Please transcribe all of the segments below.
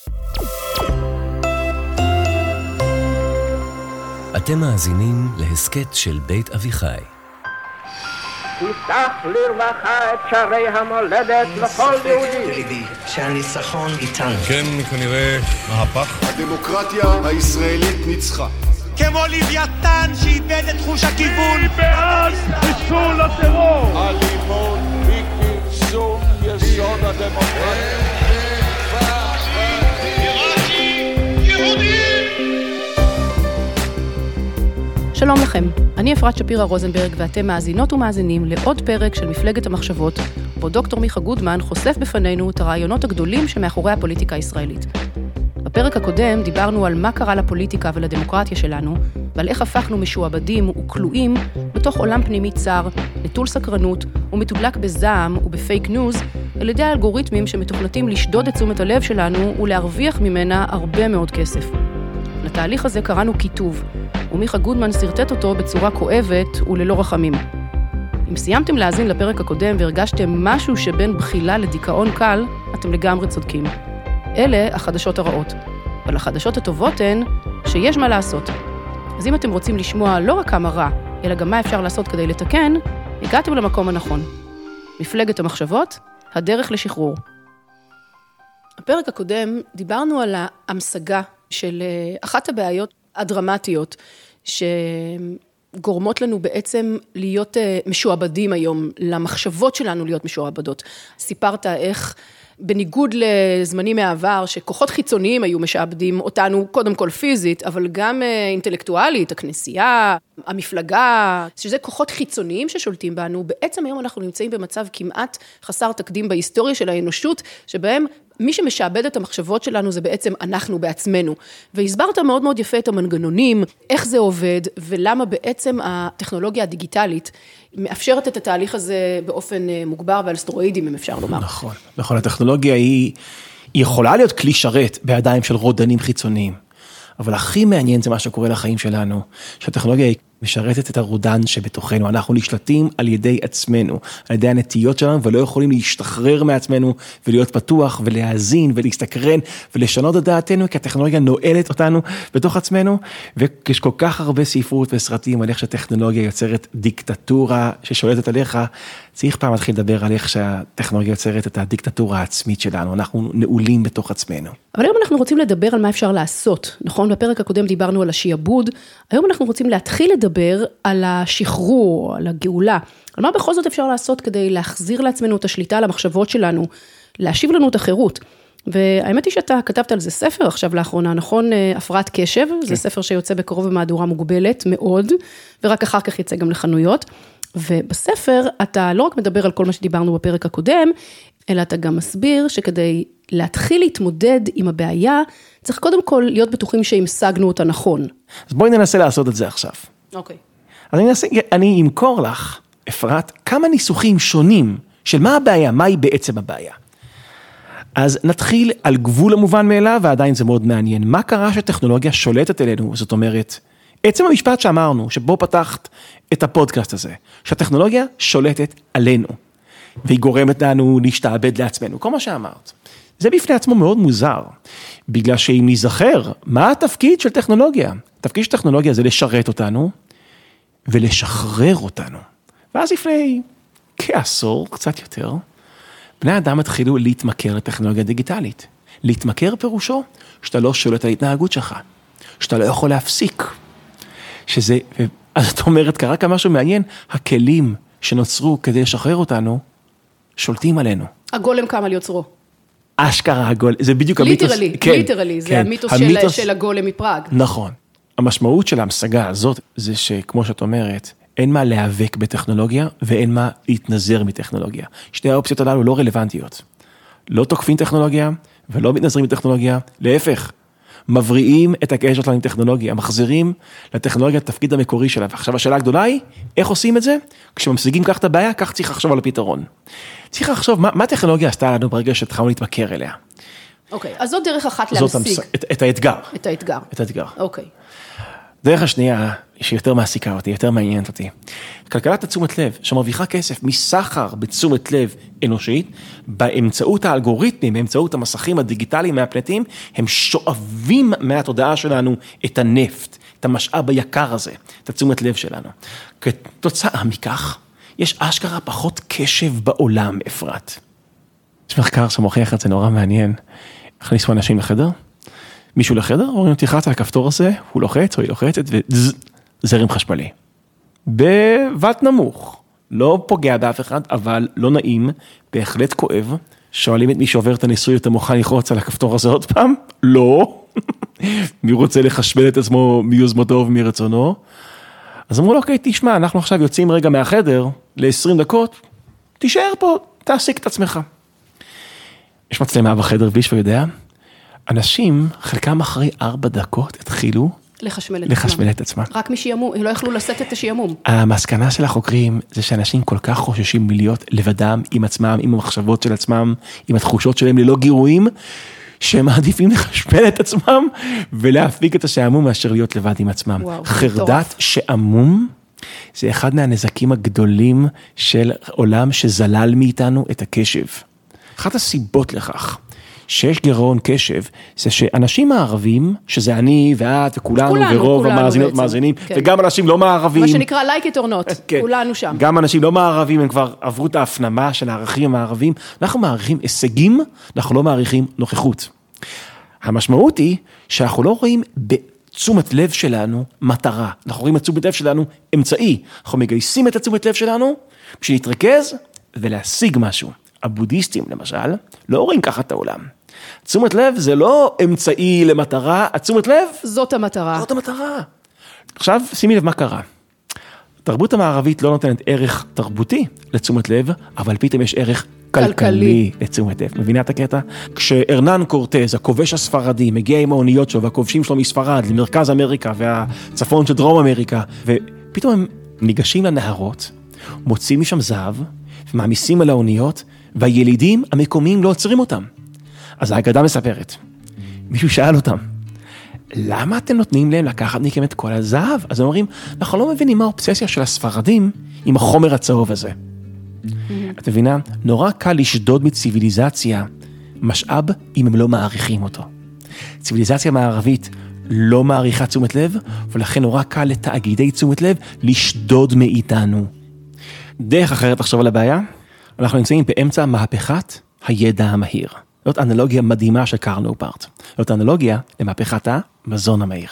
אתם מאזינים להסכת של בית אביחי. תפתח לרווחה את שערי המולדת לכל יהודי. שהניצחון איתנו. כן, כנראה מהפך. הדמוקרטיה הישראלית ניצחה. כמו לוויתן שאיבד את חוש הכיוון. אני בעד חיסול הטרור. אלימות היא כרסום יסוד הדמוקרטיה. שלום לכם, אני אפרת שפירה רוזנברג ואתם מאזינות ומאזינים לעוד פרק של מפלגת המחשבות, בו דוקטור מיכה גודמן חושף בפנינו את הרעיונות הגדולים שמאחורי הפוליטיקה הישראלית. בפרק הקודם דיברנו על מה קרה לפוליטיקה ולדמוקרטיה שלנו, ועל איך הפכנו משועבדים וכלואים בתוך עולם פנימי צר, נטול סקרנות ומתודלק בזעם ובפייק ניוז, על ידי האלגוריתמים שמתוכנתים לשדוד את תשומת הלב שלנו ולהרוויח ממנה הרבה מאוד כסף. לתהליך הזה קראנו כיתוב, ומיכה גודמן סרטט אותו בצורה כואבת וללא רחמים. אם סיימתם להאזין לפרק הקודם והרגשתם משהו שבין בחילה לדיכאון קל, אתם לגמרי צודקים. אלה החדשות הרעות. אבל החדשות הטובות הן שיש מה לעשות. אז אם אתם רוצים לשמוע לא רק כמה רע, אלא גם מה אפשר לעשות כדי לתקן, הגעתם למקום הנכון. מפלגת המחשבות, הדרך לשחרור. בפרק הקודם דיברנו על ההמשגה של אחת הבעיות הדרמטיות שגורמות לנו בעצם להיות משועבדים היום, למחשבות שלנו להיות משועבדות. סיפרת איך בניגוד לזמנים מהעבר, שכוחות חיצוניים היו משעבדים אותנו קודם כל פיזית, אבל גם אינטלקטואלית, הכנסייה, המפלגה, שזה כוחות חיצוניים ששולטים בנו, בעצם היום אנחנו נמצאים במצב כמעט חסר תקדים בהיסטוריה של האנושות, שבהם מי שמשעבד את המחשבות שלנו זה בעצם אנחנו בעצמנו. והסברת מאוד מאוד יפה את המנגנונים, איך זה עובד, ולמה בעצם הטכנולוגיה הדיגיטלית מאפשרת את התהליך הזה באופן מוגבר ועל סטרואידים, אם אפשר לומר. נכון, הטכנולוגיה היא יכולה להיות כלי שרת בידיים של רודנים חיצוניים, אבל הכי מעניין זה מה שקורה לחיים שלנו, שהטכנולוגיה היא משרתת את הרודן שבתוכנו, אנחנו נשלטים על ידי עצמנו, על ידי הנטיות שלנו, ולא יכולים להשתחרר מעצמנו, ולהיות פתוח, ולהאזין, ולהסתקרן, ולשנות את דעתנו, כי הטכנולוגיה נועלת אותנו בתוך עצמנו, ויש כל כך הרבה ספרות וסרטים, על איך שהטכנולוגיה יוצרת דיקטטורה ששולטת עליך, צריך פעם להתחיל לדבר על איך שהטכנולוגיה יוצרת את הדיקטטורה העצמית שלנו, אנחנו נעולים בתוך עצמנו. אבל היום אנחנו רוצים לדבר על מה אפשר לעשות, נכון? בפרק הקודם דיברנו על השיעבוד, היום אנחנו רוצים להתחיל לדבר על השחרור, על הגאולה, על מה בכל זאת אפשר לעשות כדי להחזיר לעצמנו את השליטה על המחשבות שלנו, להשיב לנו את החירות. והאמת היא שאתה כתבת על זה ספר עכשיו לאחרונה, נכון? הפרעת קשב, זה ספר שיוצא בקרוב במהדורה מוגבלת מאוד, ורק אחר כך יצא גם לחנויות. ובספר אתה לא רק מדבר על כל מה שדיברנו בפרק הקודם, אלא אתה גם מסביר שכדי להתחיל להתמודד עם הבעיה, צריך קודם כל להיות בטוחים שהמשגנו אותה נכון. אז בואי ננסה לעשות את זה עכשיו. אוקיי. אז אני אמכור לך, אפרת, כמה ניסוחים שונים של מה הבעיה, מהי בעצם הבעיה. אז נתחיל על גבול המובן מאליו, ועדיין זה מאוד מעניין. מה קרה שטכנולוגיה שולטת אלינו? זאת אומרת, עצם המשפט שאמרנו, שבו פתחת את הפודקאסט הזה, שהטכנולוגיה שולטת עלינו, והיא גורמת לנו להשתעבד לעצמנו, כל מה שאמרת. זה בפני עצמו מאוד מוזר, בגלל שאם נזכר, מה התפקיד של טכנולוגיה? התפקיד של טכנולוגיה זה לשרת אותנו, ולשחרר אותנו. ואז לפני כעשור, קצת יותר, בני אדם התחילו להתמכר לטכנולוגיה דיגיטלית. להתמכר פירושו, שאתה לא שולט על ההתנהגות שלך, שאתה לא יכול להפסיק. שזה, אז את אומרת, קרה כאן משהו מעניין, הכלים שנוצרו כדי לשחרר אותנו, שולטים עלינו. הגולם קם על יוצרו. אשכרה הגולם, זה בדיוק המיתוס. ליטרלי, זה המיתוס של הגולם מפראג. נכון. המשמעות של ההמשגה הזאת, זה שכמו שאת אומרת, אין מה להיאבק בטכנולוגיה, ואין מה להתנזר מטכנולוגיה. שתי האופציות הללו לא רלוונטיות. לא תוקפים טכנולוגיה, ולא מתנזרים מטכנולוגיה, להפך. מבריאים את הקשר שלנו עם טכנולוגיה, מחזירים לטכנולוגיה את התפקיד המקורי שלה. ועכשיו השאלה הגדולה היא, איך עושים את זה? כשממשיגים כך את הבעיה, כך צריך לחשוב על הפתרון. צריך לחשוב מה הטכנולוגיה עשתה לנו ברגע שהתחלנו להתמכר אליה. אוקיי, אז זאת דרך אחת להמשיג. את האתגר. את האתגר. את האתגר. אוקיי. דרך השנייה, שיותר מעסיקה אותי, יותר מעניינת אותי. כלכלת התשומת לב, שמרוויחה כסף מסחר בתשומת לב אנושית, באמצעות האלגוריתמים, באמצעות המסכים הדיגיטליים מהפלטים, הם שואבים מהתודעה שלנו את הנפט, את המשאב היקר הזה, את התשומת לב שלנו. כתוצאה מכך, יש אשכרה פחות קשב בעולם, אפרת. יש מחקר שמוכיח את זה נורא מעניין. הכניסו אנשים לחדר, מישהו לחדר, אומרים, תלחץ על הכפתור הזה, הוא לוחץ או היא לוחצת, וזרם חשמלי. בבת נמוך, לא פוגע באף אחד, אבל לא נעים, בהחלט כואב. שואלים את מי שעובר את הניסוי, אתה מוכן ללחוץ על הכפתור הזה עוד פעם? לא. מי רוצה לחשמל את עצמו מיוזמתו ומרצונו? אז אמרו לו, אוקיי, תשמע, אנחנו עכשיו יוצאים רגע מהחדר, ל-20 דקות, תישאר פה, תעסיק את עצמך. יש מצלמה בחדר, ביש ויודע, אנשים, חלקם אחרי 4 דקות, התחילו לחשמל את עצמם. רק משיימום, הם לא יכלו לשאת את השיימום. המסקנה של החוקרים, זה שאנשים כל כך חוששים מלהיות לבדם, עם עצמם, עם המחשבות של עצמם, עם התחושות שלהם ללא גירויים, שהם מעדיפים לחשמל את עצמם, ולהפיק את השעמום מאשר להיות לבד עם עצמם. חרדת שעמום, זה אחד מהנזקים הגדולים של עולם שזלל מאיתנו את הקשב. אחת הסיבות לכך, שיש גירעון קשב, זה שאנשים מערבים, שזה אני ואת וכולנו ורוב המאזינות מאזינים, וגם אנשים לא מערבים. מה שנקרא like it or not, כולנו שם. גם אנשים לא מערבים, הם כבר עברו את ההפנמה של הערכים המערבים. אנחנו מעריכים הישגים, אנחנו לא מעריכים נוכחות. המשמעות היא שאנחנו לא רואים בתשומת לב שלנו מטרה. אנחנו רואים את תשומת לב שלנו אמצעי. אנחנו מגייסים את התשומת לב שלנו בשביל להתרכז ולהשיג משהו. הבודהיסטים למשל לא רואים ככה את העולם. תשומת לב זה לא אמצעי למטרה, התשומת לב זאת המטרה. זאת המטרה. עכשיו שימי לב מה קרה. התרבות המערבית לא נותנת ערך תרבותי לתשומת לב, אבל פתאום יש ערך כלכלי לתשומת לב. מבינה את הקטע? כשהרנן קורטז, הכובש הספרדי, מגיע עם האוניות שלו והכובשים שלו מספרד למרכז אמריקה והצפון של דרום אמריקה, ופתאום הם ניגשים לנהרות, מוצאים משם זהב, ומעמיסים על האוניות, והילידים המקומיים לא עוצרים אותם. אז האגדה מספרת. מישהו שאל אותם, למה אתם נותנים להם לקחת מכם את כל הזהב? אז הם אומרים, אנחנו לא מבינים מה האובססיה של הספרדים עם החומר הצהוב הזה. את מבינה? נורא קל לשדוד מציביליזציה משאב אם הם לא מעריכים אותו. ציביליזציה מערבית לא מעריכה תשומת לב, ולכן נורא קל לתאגידי תשומת לב לשדוד מאיתנו. דרך אחרת לחשוב על הבעיה, אנחנו נמצאים באמצע מהפכת הידע המהיר. זאת אנלוגיה מדהימה של קרל נופרט. זאת אנלוגיה למהפכת המזון המהיר.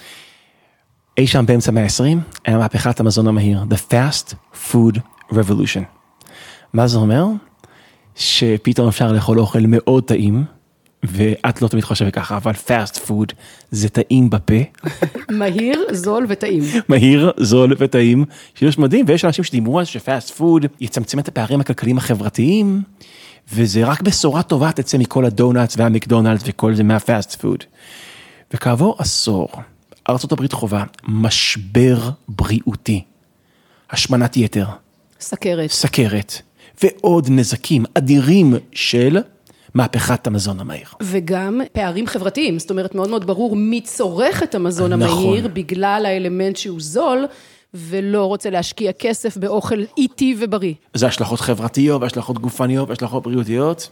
אי שם באמצע 120, היה מהפכת המזון המהיר, The Fast Food Revolution. מה זה אומר? שפתאום אפשר לאכול אוכל מאוד טעים, ואת לא תמיד חושבת ככה, אבל fast food זה טעים בפה. מהיר, זול וטעים. מהיר, זול וטעים, שיש מדהים, ויש אנשים שדיברו על שפאסט פוד יצמצם את הפערים הכלכליים החברתיים, וזה רק בשורה טובה תצא מכל הדונלדס והמקדונלדס וכל זה מהפאסט פוד. וכעבור עשור, ארצות הברית חובה משבר בריאותי, השמנת יתר, סכרת, ועוד נזקים אדירים של מהפכת המזון המהיר. וגם פערים חברתיים, זאת אומרת מאוד מאוד ברור מי צורך את המזון המהיר, בגלל האלמנט שהוא זול, ולא רוצה להשקיע כסף באוכל איטי ובריא. זה השלכות חברתיות, והשלכות גופניות, והשלכות בריאותיות.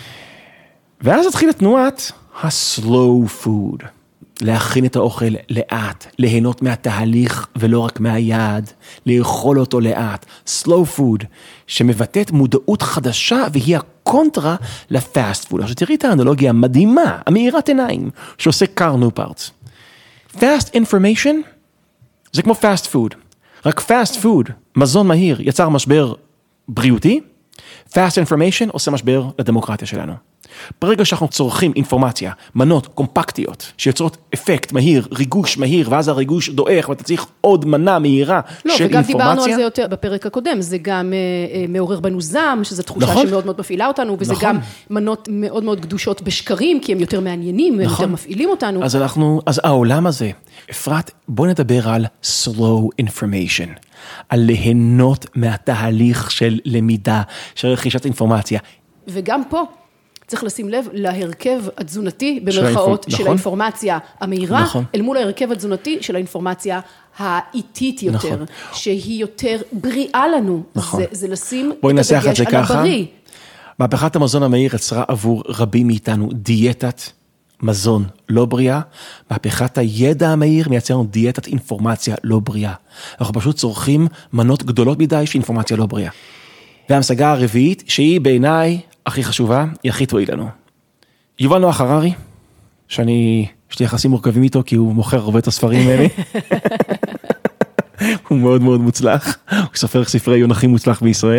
ואז התחילה תנועת ה-slow food. להכין את האוכל לאט, ליהנות מהתהליך ולא רק מהיעד, לאכול אותו לאט, slow food, שמבטאת מודעות חדשה והיא הקונטרה לפאסט פוד. עכשיו תראי את האנלוגיה המדהימה, המאירת עיניים, שעושה קרל נופרט. fast information זה כמו fast food, רק fast food, מזון מהיר, יצר משבר בריאותי, fast information עושה משבר לדמוקרטיה שלנו. ברגע שאנחנו צורכים אינפורמציה, מנות קומפקטיות, שיוצרות אפקט מהיר, ריגוש מהיר, ואז הריגוש דועך, ואתה צריך עוד מנה מהירה של אינפורמציה. לא, וגם דיברנו על זה יותר בפרק הקודם, זה גם מעורר בנו זעם, שזו תחושה שמאוד מאוד מפעילה אותנו, וזה גם מנות מאוד מאוד גדושות בשקרים, כי הם יותר מעניינים, והם יותר מפעילים אותנו. אז העולם הזה, אפרת, בוא נדבר על slow information, על ליהנות מהתהליך של למידה, של רכישת אינפורמציה. וגם פה, צריך לשים לב להרכב התזונתי במרכאות של האינפורמציה המהירה, אל מול ההרכב התזונתי של האינפורמציה האיטית יותר, שהיא יותר בריאה לנו, זה לשים את הדגש על הבריא. מהפכת המזון המהיר יצרה עבור רבים מאיתנו דיאטת מזון לא בריאה, מהפכת הידע המהיר מייצרנו דיאטת אינפורמציה לא בריאה. אנחנו פשוט צורכים מנות גדולות מדי של אינפורמציה לא בריאה. וההמשגה הרביעית, שהיא בעיניי הכי חשובה, היא הכי תועיל לנו. יובל נוח הררי, יש לי יחסים מורכבים איתו, כי הוא מוכר הרבה את הספרים האלה. הוא מאוד מאוד מוצלח, הוא סופר ספרי עיון הכי מוצלח בישראל.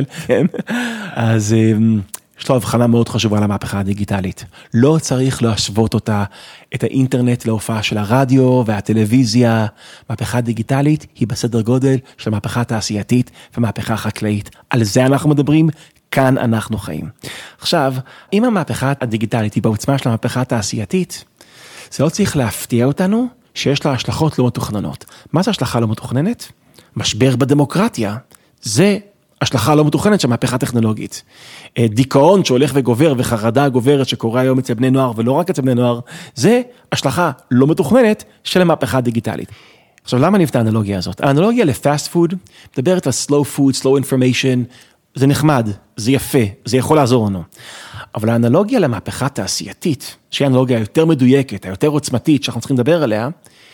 אז יש לו הבחנה מאוד חשובה למהפכה הדיגיטלית. לא צריך להשוות אותה, את האינטרנט להופעה של הרדיו והטלוויזיה. מהפכה דיגיטלית היא בסדר גודל של מהפכה תעשייתית ומהפכה חקלאית. על זה אנחנו מדברים, כאן אנחנו חיים. עכשיו, אם המהפכה הדיגיטלית היא בעוצמה של המהפכה התעשייתית, זה לא צריך להפתיע אותנו שיש לה השלכות לא מתוכננות. מה זה השלכה לא מתוכננת? משבר בדמוקרטיה. זה השלכה לא מתוכננת של מהפכה טכנולוגית. דיכאון שהולך וגובר וחרדה גוברת שקורה היום אצל בני נוער ולא רק אצל בני נוער, זה השלכה לא מתוכננת של המהפכה הדיגיטלית. עכשיו, למה נבטא האנלוגיה הזאת? האנלוגיה לפאסט פוד מדברת על slow food, slow information, זה נחמד, זה יפה, זה יכול לעזור לנו. אבל האנלוגיה למהפכה תעשייתית, שהיא האנלוגיה היותר מדויקת, היותר עוצמתית שאנחנו צריכים לדבר עליה,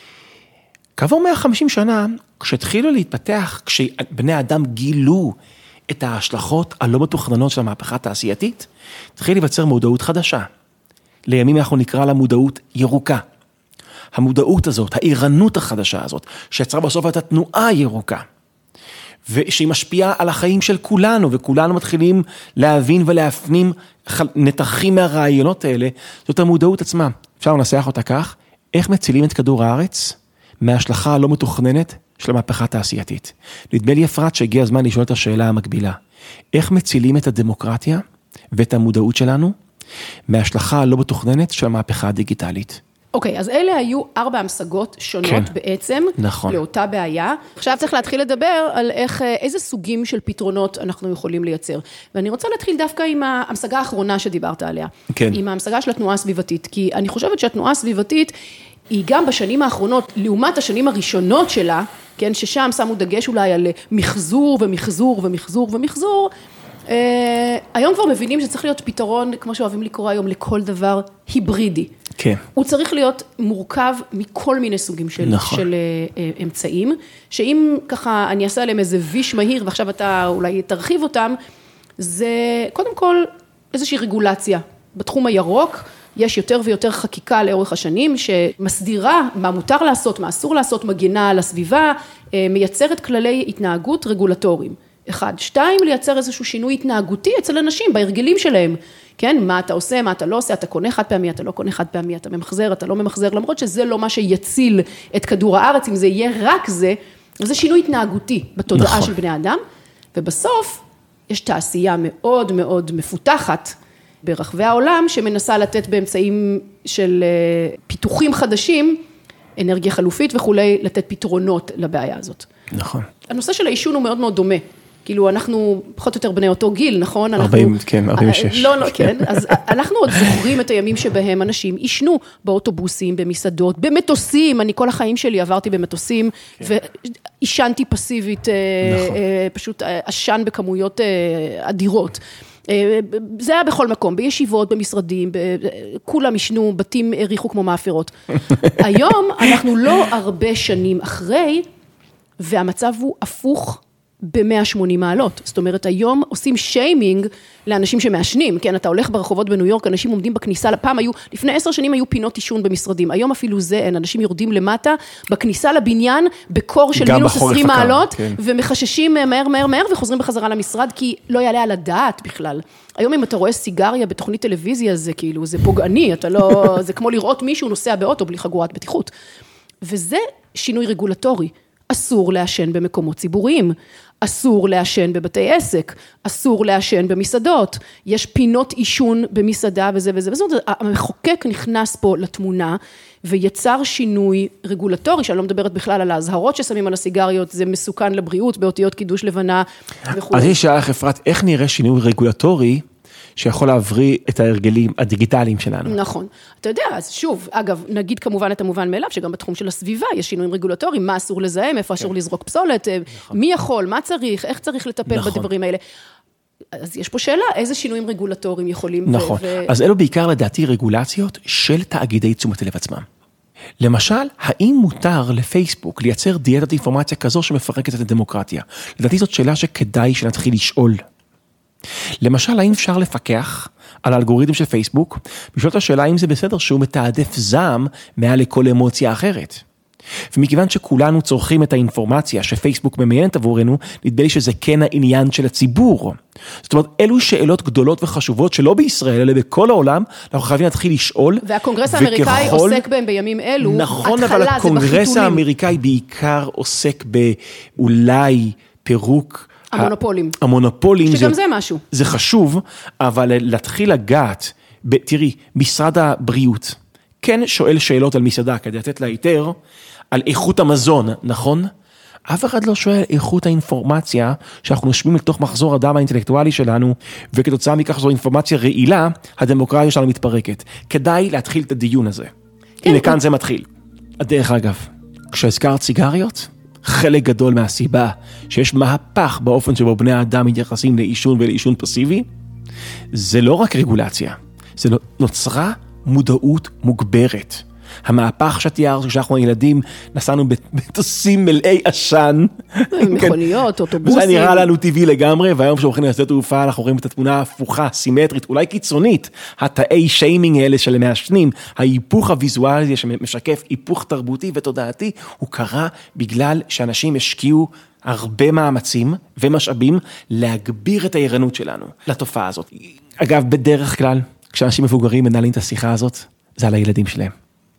כעבור 150 שנה, כשהתחילו להתפתח, כשבני האדם גילו את ההשלכות הלא מתוכננות של המהפכה התעשייתית, התחיל להיווצר מודעות חדשה. לימים אנחנו נקרא לה מודעות ירוקה. המודעות הזאת, העירנות החדשה הזאת, שיצרה בסוף את התנועה הירוקה, ושהיא משפיעה על החיים של כולנו, וכולנו מתחילים להבין ולהפנים נתחים מהרעיונות האלה, זאת המודעות עצמה. אפשר לנסח אותה כך, איך מצילים את כדור הארץ מההשלכה הלא מתוכננת של המהפכה התעשייתית. נדמה לי אפרת שהגיע הזמן לשאול את השאלה המקבילה. איך מצילים את הדמוקרטיה ואת המודעות שלנו מההשלכה הלא מתוכננת של המהפכה הדיגיטלית? אוקיי, אז אלה היו 4 המשגות שונות בעצם, לאותה בעיה. עכשיו צריך להתחיל לדבר על איזה סוגים של פתרונות אנחנו יכולים לייצר. ואני רוצה להתחיל דווקא עם ההמשגה האחרונה שדיברת עליה. עם ההמשגה של התנועה הסביבתית, כי אני חושבת שהתנועה הסביבתית היא גם בשנים האחרונות, לעומת השנים הראשונות שלה, כן, ששם שמו דגש אולי על מחזור ומחזור ומחזור ומחזור, היום כבר מבינים שצריך להיות פתרון, כמו שאוהבים לקרוא היום, לכל דבר היברידי. כן. הוא צריך להיות מורכב מכל מיני סוגים של אמצעים, שאם ככה אני אעשה עליהם איזה ויש מהיר, ועכשיו אתה אולי תרחיב אותם, זה קודם כל איזושהי רגולציה. בתחום הירוק יש יותר ויותר חקיקה לאורך השנים, שמסדירה מה מותר לעשות, מה אסור לעשות, מגינה על הסביבה, מייצרת כללי התנהגות רגולטוריים. 1, 2, לייצר איזשהו שינוי התנהגותי אצל אנשים, בהרגלים שלהם. כן, מה אתה עושה, מה אתה לא עושה, אתה קונה חד פעמי, אתה לא קונה חד פעמי, אתה ממחזר, אתה לא ממחזר, למרות שזה לא מה שיציל את כדור הארץ, אם זה יהיה רק זה, זה שינוי התנהגותי בתודעה של בני אדם, ובסוף יש תעשייה מאוד מאוד מפותחת ברחבי העולם, שמנסה לתת באמצעים של פיתוחים חדשים, אנרגיה חלופית וכולי, לתת פתרונות לבעיה הזאת. נכון. הנושא של העישון הוא מאוד מאוד דומה. כאילו אנחנו פחות או יותר בני אותו גיל, נכון? 40, כן, 46. לא, כן. אז אנחנו עוד זוכרים את הימים שבהם אנשים ישנו באוטובוסים, במסעדות, במטוסים. אני כל החיים שלי עברתי במטוסים, וישנתי פסיבית, פשוט עשן בכמויות אדירות. זה היה בכל מקום, בישיבות, במשרדים, כולם ישנו, בתים הריחו כמו מאפרות. היום אנחנו לא הרבה שנים אחרי, והמצב הוא הפוך ב-180 מעלות. זאת אומרת, היום עושים שיימינג לאנשים שמעשנים, כן, אתה הולך ברחובות בניו יורק, אנשים עומדים בכניסה, לפעם היו, לפני 10 שנים היו פינות עישון במשרדים, היום אפילו זה אין, אנשים יורדים למטה, בכניסה לבניין, בקור של מינוס 20 מעלות, כן. ומחששים מהר, וחוזרים בחזרה למשרד, כי לא יעלה על הדעת בכלל. היום אם אתה רואה סיגריה בתוכנית טלוויזיה, זה כאילו, זה פוגעני, אתה לא, זה כמו לראות מישהו נוסע באוטו בלי חגורת בטיחות. וזה שינוי רגולטורי. אסור לעשן במקומות ציבוריים, אסור לעשן בבתי עסק, אסור לעשן במסעדות, יש פינות עישון במסעדה וזה וזה, זאת אומרת, המחוקק נכנס פה לתמונה, ויצר שינוי רגולטורי, שאני לא מדברת בכלל על ההזהרות ששמים על הסיגריות, זה מסוכן לבריאות, באותיות קידוש לבנה וכו'. אז יש שאלה אפרת, איך נראה שינוי רגולטורי, שיכול להבריא את ההרגלים הדיגיטליים שלנו. נכון. אתה יודע, אז שוב, אגב, נגיד כמובן את המובן מאליו, שגם בתחום של הסביבה יש שינויים רגולטוריים, מה אסור לזהם, איפה אסור לזרוק פסולת, מי יכול, מה צריך, איך צריך לטפל בדברים האלה. אז יש פה שאלה, איזה שינויים רגולטוריים יכולים... נכון, אז אלו בעיקר לדעתי רגולציות של תאגידי תשומת לב עצמם. למשל, האם מותר לפייסבוק לייצר דיאטת אינפורמציה כזו שמפרקת את הדמוקרטיה? לדעתי זאת שאלה שכדאי שנתחיל לשאול. למשל, האם אפשר לפקח על האלגוריתם של פייסבוק, בשביל את השאלה האם זה בסדר שהוא מתעדף זעם מעל לכל אמוציה אחרת. ומכיוון שכולנו צורכים את האינפורמציה שפייסבוק ממיינת עבורנו, נדמה לי שזה כן העניין של הציבור. זאת אומרת, אלו שאלות גדולות וחשובות שלא בישראל, אלא בכל העולם, אנחנו חייבים להתחיל לשאול. והקונגרס האמריקאי עוסק בהם בימים אלו. נכון, אבל הקונגרס האמריקאי בעיקר עוסק באולי פירוק המונופולים. שגם זה משהו. זה חשוב, אבל להתחיל לגעת, תראי, משרד הבריאות, כן שואל שאלות על מסעדה, כדי לתת לה היתר, על איכות המזון, נכון? אף אחד לא שואל איכות האינפורמציה, שאנחנו נושמים לתוך מחזור הדם האינטלקטואלי שלנו, וכתוצאה מכך זו אינפורמציה רעילה, הדמוקרטיה שלנו מתפרקת. כדאי להתחיל את הדיון הזה. הנה כאן זה מתחיל. הדרך אגב, כשהזכרת סיגריות, חלק גדול מהסיבה שיש מהפך באופן שבו בני האדם מתייחסים לאישון ולאישון פסיבי, זה לא רק רגולציה, זה נוצרה מודעות מוגברת. המהפך שתיאר, כשאנחנו הילדים נסענו במטוסים מלאי עשן. מכוניות, אוטובוסים. זה נראה לנו טבעי לגמרי, והיום כשהולכים לשדה תעופה, אנחנו רואים את התמונה ההפוכה, סימטרית, אולי קיצונית, התאי שיימינג האלה של מעשנים, ההיפוך הוויזואלי שמשקף היפוך תרבותי ותודעתי, הוא קרה בגלל שאנשים השקיעו הרבה מאמצים ומשאבים להגביר את הערנות שלנו לתופעה הזאת. אגב, בדרך כלל, כשאנשים מבוגרים מנהלים את השיחה הזאת, זה על הילדים שלהם.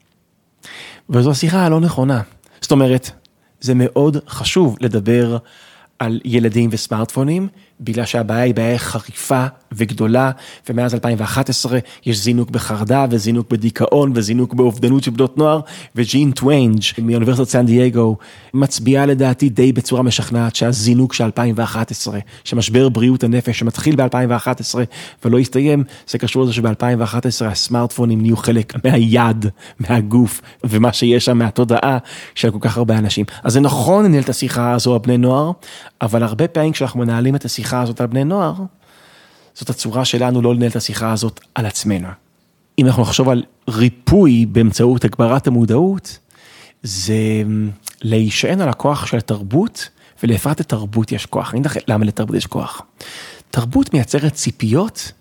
וזו השיחה הלא נכונה. זאת אומרת, זה מאוד חשוב לדבר על ילדים וסמארטפונים, בגלל שהבעיה היא בעיה חריפה וגדולה, ומאז 2011 יש זינוק בחרדה, וזינוק בדיכאון, וזינוק באובדנות של בנות נוער, וג'ין טוויינג' מאוניברסיטת סן דייגו, מצביעה לדעתי די בצורה משכנעת, שהזינוק של 2011, שמשבר בריאות הנפש שמתחיל ב-2011 ולא יסתיים, זה קשור לזה שב-2011 הסמארטפונים נהיו חלק מהיד, מהגוף, ומה שיש שם מהתודעה של כל כך הרבה אנשים. אז זה נכון לנהל את השיחה הזו על בני נוער, אבל הרבה פעמים כשאנחנו מנהלים את השיחה הזאת על בני נוער, זאת הצורה שלנו לא לנהל את השיחה הזאת על עצמנו. אם אנחנו נחשוב על ריפוי באמצעות הגברת המודעות, זה להישען על הכוח של התרבות, ולהפרט את תרבות יש כוח. אני יודע למה לתרבות יש כוח. תרבות מייצרת ציפיות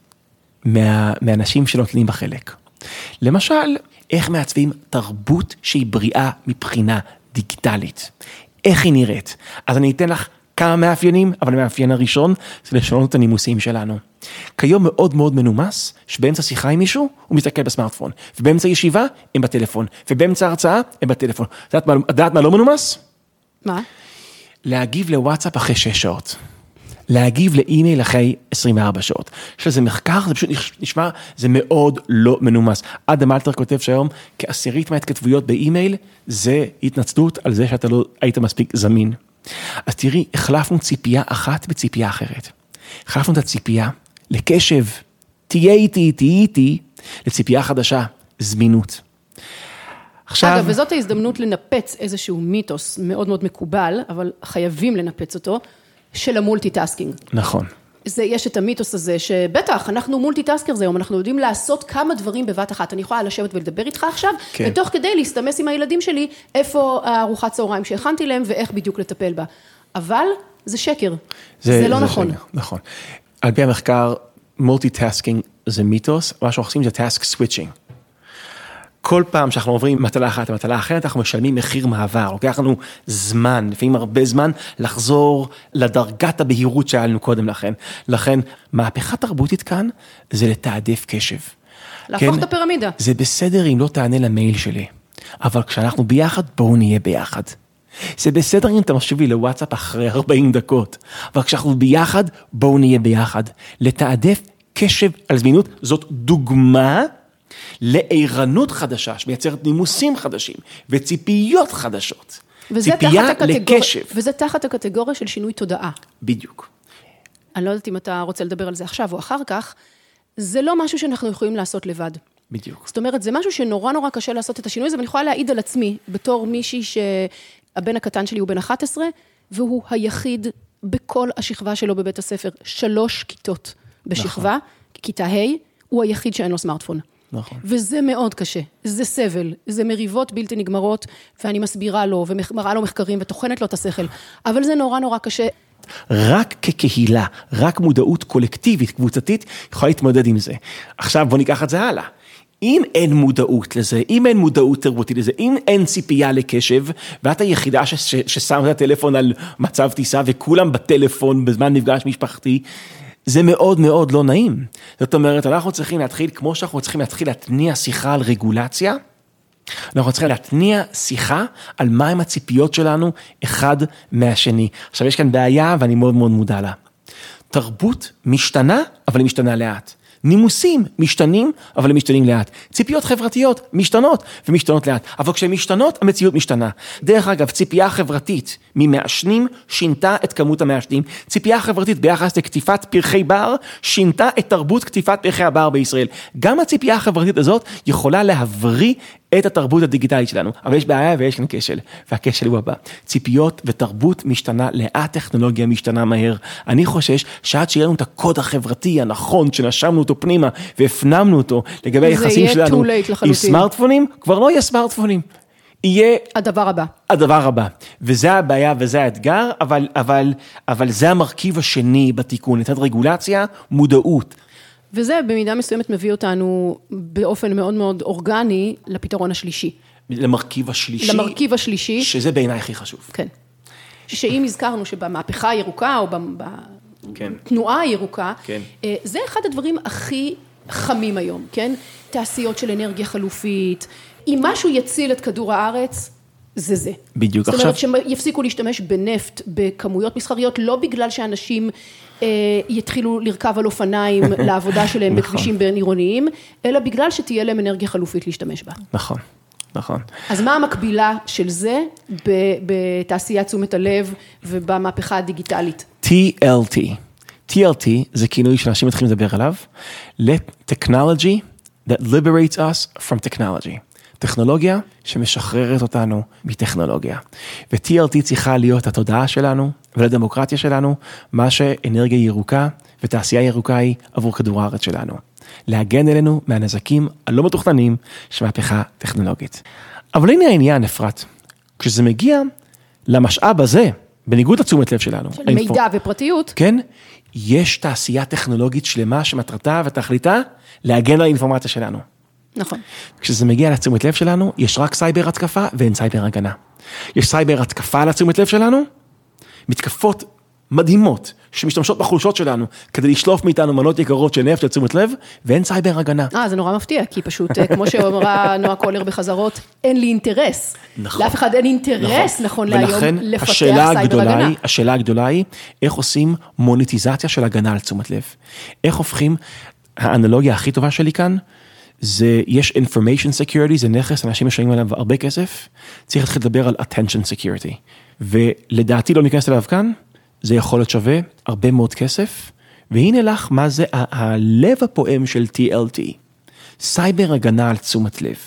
מאנשים שנוטלים בחלק. למשל, איך מעצבים תרבות שהיא בריאה מבחינה דיגיטלית. איך היא נראית? אז אני אתן לך כמה מאפיינים, אבל המאפיין הראשון זה לשנות את הנימוסים שלנו. כיום מאוד מאוד מנומס, שבאמצע שיחה עם מישהו, הוא מסתכל בסמארטפון, ובאמצע ישיבה, הם בטלפון, ובאמצע הרצאה, הם בטלפון. יודעת מה לא מנומס? מה? להגיב לוואטסאפ אחרי 6 שעות. להגיב לאימייל אחרי 24 שעות. יש לזה מחקר, זה פשוט נשמע, זה מאוד לא מנומס. אדם אלתר כותב שהיום, כ10% מההתכתבויות באימייל, זה התנצלות על זה שאתה לא היית מספיק זמין. אז תראי, החלפנו ציפייה אחת בציפייה אחרת. החלפנו את הציפייה לקשב, תהיה איתי, לציפייה חדשה, זמינות. עכשיו... אגב, וזאת ההזדמנות לנפץ איזשהו מיתוס מאוד מאוד מקובל, אבל חייבים לנפץ אותו, של המולטיטאסקינג. נכון. יש את המיתוס הזה, שבטח, אנחנו מולטיטאסקרס היום, אנחנו יודעים לעשות כמה דברים בבת אחת. אני יכולה לשבת ולדבר איתך עכשיו, כן. ותוך כדי להסתמס עם הילדים שלי, איפה הארוחת צהריים שהכנתי להם, ואיך בדיוק לטפל בה. אבל זה שקר. זה לא נכון. שקר, נכון. על פי המחקר, מולטיטאסקינג זה מיתוס, מה שאנחנו עושים זה טאסק סוויצ'ינג. כל פעם שאנחנו עוברים מטלה אחת למטלה אחרת, אנחנו משלמים מחיר מעבר, לוקח לנו זמן, לפעמים הרבה זמן, לחזור לדרגת הבהירות שהיה לנו קודם לכן. לכן, מהפכה תרבותית כאן, זה לתעדף קשב. להפוך את הפירמידה. זה בסדר אם לא תענה למייל שלי, אבל כשאנחנו ביחד, בואו נהיה ביחד. זה בסדר אם אתה משיב לי לוואטסאפ אחרי 40 דקות, אבל כשאנחנו ביחד, בואו נהיה ביחד. לתעדף קשב על זמינות, זאת דוגמה, לערנות חדשה, שמייצרת נימוסים חדשים, וציפיות חדשות. ציפייה לקשב. וזה תחת הקטגוריה של שינוי תודעה. בדיוק. אני לא יודעת אם אתה רוצה לדבר על זה עכשיו או אחר כך, זה לא משהו שאנחנו יכולים לעשות לבד. בדיוק. זאת אומרת, זה משהו שנורא נורא קשה לעשות את השינוי הזה, ואני יכולה להעיד על עצמי, בתור מישהי שהבן הקטן שלי הוא בן 11, והוא היחיד בכל השכבה שלו בבית הספר, 3 כיתות בשכבה, כיתה ה', הוא היחיד שאין לו סמארטפון. נכון. וזה מאוד קשה, זה סבל, זה מריבות בלתי נגמרות, ואני מסבירה לו, ומראה לו מחקרים, ותוכנת לו את השכל, אבל זה נורא נורא קשה. רק כקהילה, רק מודעות קולקטיבית, קבוצתית, יכולה להתמודד עם זה. עכשיו בוא ניקח את זה הלאה. אם אין מודעות לזה, אם אין מודעות תרבותית לזה, אם אין ציפייה לקשב, ואת היחידה ששמת את הטלפון על מצב טיסה, וכולם בטלפון בזמן מפגש משפחתי, זה מאוד מאוד לא נעים. זאת אומרת, אנחנו צריכים להתחיל, כמו שאנחנו צריכים להתחיל להתניע שיחה על רגולציה, אנחנו צריכים להתניע שיחה על מהם הציפיות שלנו אחד מהשני. עכשיו יש כאן בעיה ואני מאוד מאוד מודע לה. תרבות משתנה, אבל היא משתנה לאט. נימוסים משתנים, אבל הם משתנים לאט. ציפיות חברתיות משתנות ומשתנות לאט. אבל כשהן משתנות, המציאות משתנה. דרך אגב, ציפייה חברתית ממעשנים שינתה את כמות המעשנים. ציפייה חברתית ביחס לקטיפת פרחי בר, שינתה את תרבות קטיפת פרחי הבר בישראל. גם הציפייה החברתית הזאת יכולה להבריא את התרבות הדיגיטלית שלנו. אבל יש בעיה ויש כאן כשל, והכשל הוא הבא. ציפיות ותרבות משתנה לאט, טכנולוגיה משתנה מהר. אני חושש שעד שיהיה לנו את הקוד החברתי הנכון, שנשמנו אותו פנימה והפנמנו אותו לגבי היחסים שלנו עם סמארטפונים, כבר לא יהיה סמארטפונים. יהיה הדבר הבא. וזה הבעיה וזה האתגר, אבל זה המרכיב השני בתיקון, לתת רגולציה, מודעות. וזה במידה מסוימת מביא אותנו באופן מאוד מאוד אורגני לפתרון השלישי. למרכיב השלישי. שזה בעיניי הכי חשוב. כן. שאם הזכרנו שבמהפכה הירוקה, או בתנועה הירוקה, זה אחד הדברים הכי חמים היום, כן? תעשיות של אנרגיה חלופית. אם משהו יציל את כדור הארץ, זה. בדיוק. זאת אומרת שיפסיקו להשתמש בנפט בכמויות מסחריות, לא בגלל שאנשים יתחילו לרכב על אופניים לעבודה שלהם בכבישים בין עירוניים, אלא בגלל שתהיה להם אנרגיה חלופית להשתמש בה. נכון. אז מה המקבילה של זה בתעשיית תשומת הלב ובמהפכה הדיגיטלית? TLT זה כינוי שאנשים מתחילים לדבר עליו, Technology that liberates us from technology. טכנולוגיה שמשחררת אותנו מטכנולוגיה. ו-TLT צריכה להיות התודעה שלנו ולדמוקרטיה שלנו, מה שאנרגיה ירוקה ותעשייה ירוקה היא עבור כדור הארץ שלנו. להגן אלינו מהנזקים הלא מתוכננים של מהפכה טכנולוגית. אבל הנה העניין, אפרת, כשזה מגיע למשאב הזה, בניגוד לתשומת לב שלנו. של מידע ופרטיות. כן, יש תעשייה טכנולוגית שלמה שמטרתה ותכליתה להגן על האינפורמציה שלנו. נכון. כשזה מגיע לתשומת לב שלנו, יש רק סייבר התקפה ואין סייבר הגנה. יש סייבר התקפה לתשומת לב שלנו, מתקפות מדהימות שמשתמשות בחולשות שלנו כדי לשלוף מאיתנו מנות יקרות של נפט לתשומת לב, ואין סייבר הגנה. זה נורא מפתיע, כי פשוט, כמו שאומרה נועה קולר בחזרות, אין לי אינטרס. נכון. לאף אחד אין אינטרס, נכון להיום, לפתח סייבר הגנה. השאלה הגדולה היא, איך עושים מוניטיזציה של הגנה על תשומת לב? איך הופכים, האנלוגיה הכי טובה שלי כאן, זה, יש information security, זה נכס, אנשים משלמים עליו הרבה כסף, צריך להתחיל לדבר על attention security. ולדעתי לא ניכנס אליו כאן, זה יכול להיות שווה הרבה מאוד כסף, והנה לך מה זה הלב הפועם של TLT, סייבר הגנה על תשומת לב.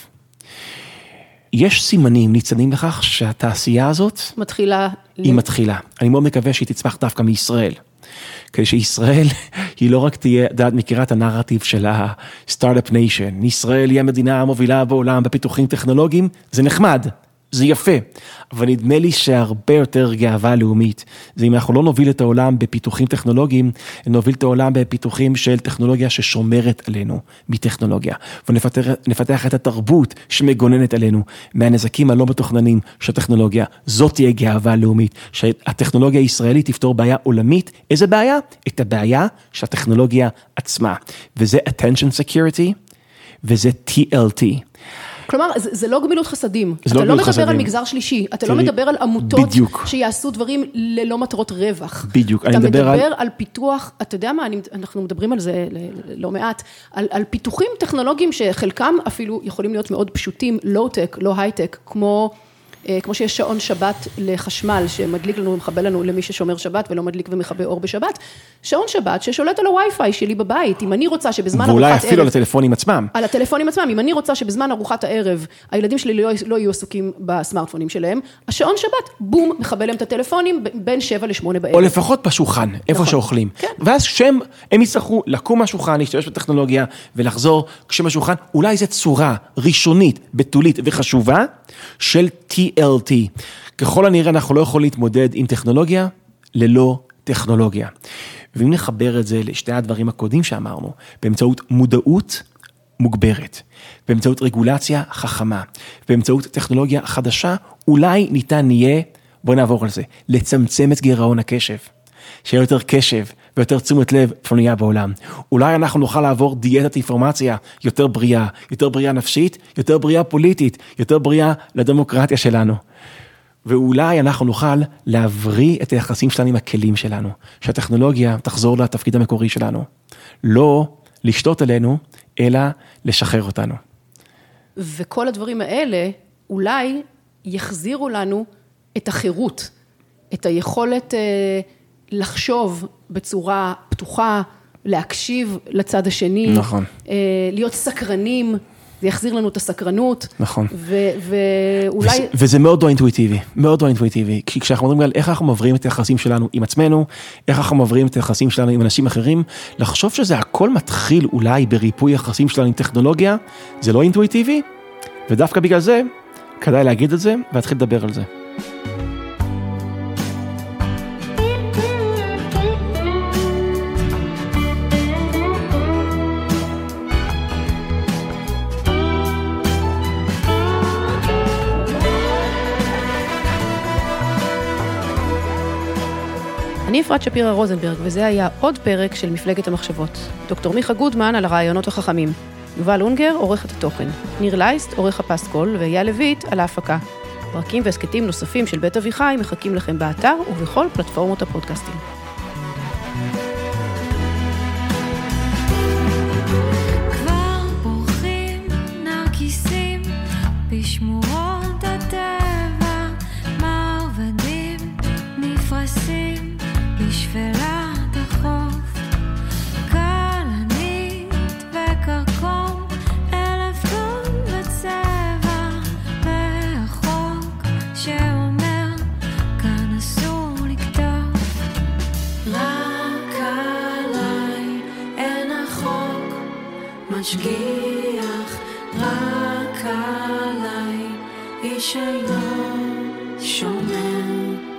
יש סימנים ניצנים לכך שהתעשייה הזאת מתחילה. היא מתחילה. אני מאוד מקווה שהיא תצמח דווקא מישראל. כדי שישראל היא לא רק תהיה, דעת מכירה את הנרטיב של ה-Startup Nation, ישראל היא המדינה המובילה בעולם בפיתוחים טכנולוגיים, זה נחמד, זה יפה, אבל נדמה לי שהרבה יותר גאווה לאומית, זה אם אנחנו לא נוביל את העולם בפיתוחים טכנולוגיים, נוביל את העולם בפיתוחים של טכנולוגיה ששומרת עלינו מטכנולוגיה, ונפתח את התרבות שמגוננת עלינו מהנזקים הלא מתוכננים של טכנולוגיה, זאת תהיה גאווה לאומית, שהטכנולוגיה הישראלית תפתור בעיה עולמית, איזה בעיה? את הבעיה של הטכנולוגיה עצמה, וזה attention security, וזה TLT. כלומר, זה לא גמילות חסדים. אתה לא מדבר על מגזר שלישי, אתה לא מדבר על עמותות שיעשו דברים ללא מטרות רווח. בדיוק. אתה מדבר על פיתוח, אתה יודע מה, אנחנו מדברים על זה לא מעט, על פיתוחים טכנולוגיים שחלקם אפילו יכולים להיות מאוד פשוטים, לואו-טק, לא הייטק, כמו כמו שיש שעון שבת לחשמל, שמדליק לנו ומחבא לנו למי ששומר שבת, ולא מדליק ומחבא אור בשבת, שעון שבת ששולט על הווי-פיי שלי בבית, אם אני רוצה שבזמן ארוחת ערב... ואולי אפילו על הטלפונים עצמם. על הטלפונים עצמם, אם אני רוצה שבזמן ארוחת הערב, הילדים שלי לא יהיו עסוקים בסמארטפונים שלהם, השעון שבת, בום, מחבא להם את הטלפונים בין 7 ל-8 בערב. או לפחות בשולחן, איפה שאוכלים. ואז כשהם יצטרכו לקום מהשולחן, להשתמש בטכנולוגיה ולחזור כשהם בשולחן, אולי זו צורה ראשונית, בתולית וחשובה של TLT. ככל הנראה אנחנו לא יכולים להתמודד עם טכנולוגיה ללא טכנולוגיה. ואם נחבר את זה לשתי הדברים הקודמים שאמרנו, באמצעות מודעות מוגברת, באמצעות רגולציה חכמה, באמצעות טכנולוגיה חדשה, אולי ניתן יהיה, בוא נעבור על זה, לצמצם את גירעון הקשב, שיהיה יותר קשב ויותר תשומת לב פנויה בעולם. אולי אנחנו נוכל לעבור דיאטת אינפורמציה יותר בריאה נפשית, יותר בריאה פוליטית, יותר בריאה לדמוקרטיה שלנו. ואולי אנחנו נוכל להבריא את היחסים שלנו עם הכלים שלנו, שהטכנולוגיה תחזור לתפקיד המקורי שלנו. לא לשתות עלינו, אלא לשחרר אותנו. וכל הדברים האלה אולי יחזירו לנו את החירות, את היכולת לחשוב בצורה פתוחה, להקשיב לצד השני, נכון. להיות סקרנים, זה יחזיר לנו את הסקרנות. נכון. ואולי... וזה מאוד לא אינטואיטיבי, מאוד לא אינטואיטיבי. כי כשאנחנו מדברים על איך אנחנו מעבירים את היחסים שלנו עם עצמנו, איך אנחנו מעבירים את היחסים שלנו עם אנשים אחרים, לחשוב שזה הכל מתחיל אולי בריפוי יחסים שלנו עם טכנולוגיה, זה לא אינטואיטיבי, ודווקא בגלל זה, כדאי להגיד את זה, ולהתחיל לדבר על זה. אני אפרת שפירה רוזנברג, וזה היה עוד פרק של מפלגת המחשבות. דוקטור מיכה גודמן על הרעיונות החכמים. יובל אונגר, עורך את התוכן. ניר לייסט, עורך הפסקול, ואייל לויט על ההפקה. פרקים והסקטים נוספים של בית אביחי מחכים לכם באתר ובכל פלטפורמות הפודקאסטים. כבר בורחים נרקיסים בשמורות הטבע, מרבדים נפרסים בשפלת החוף, כלנית וקרקום, 1000 טון בצבע, והחוק שאומר כאן אסור לקטוף. רק עליי אין החוק משגיח, רק עליי איש אינו שומר.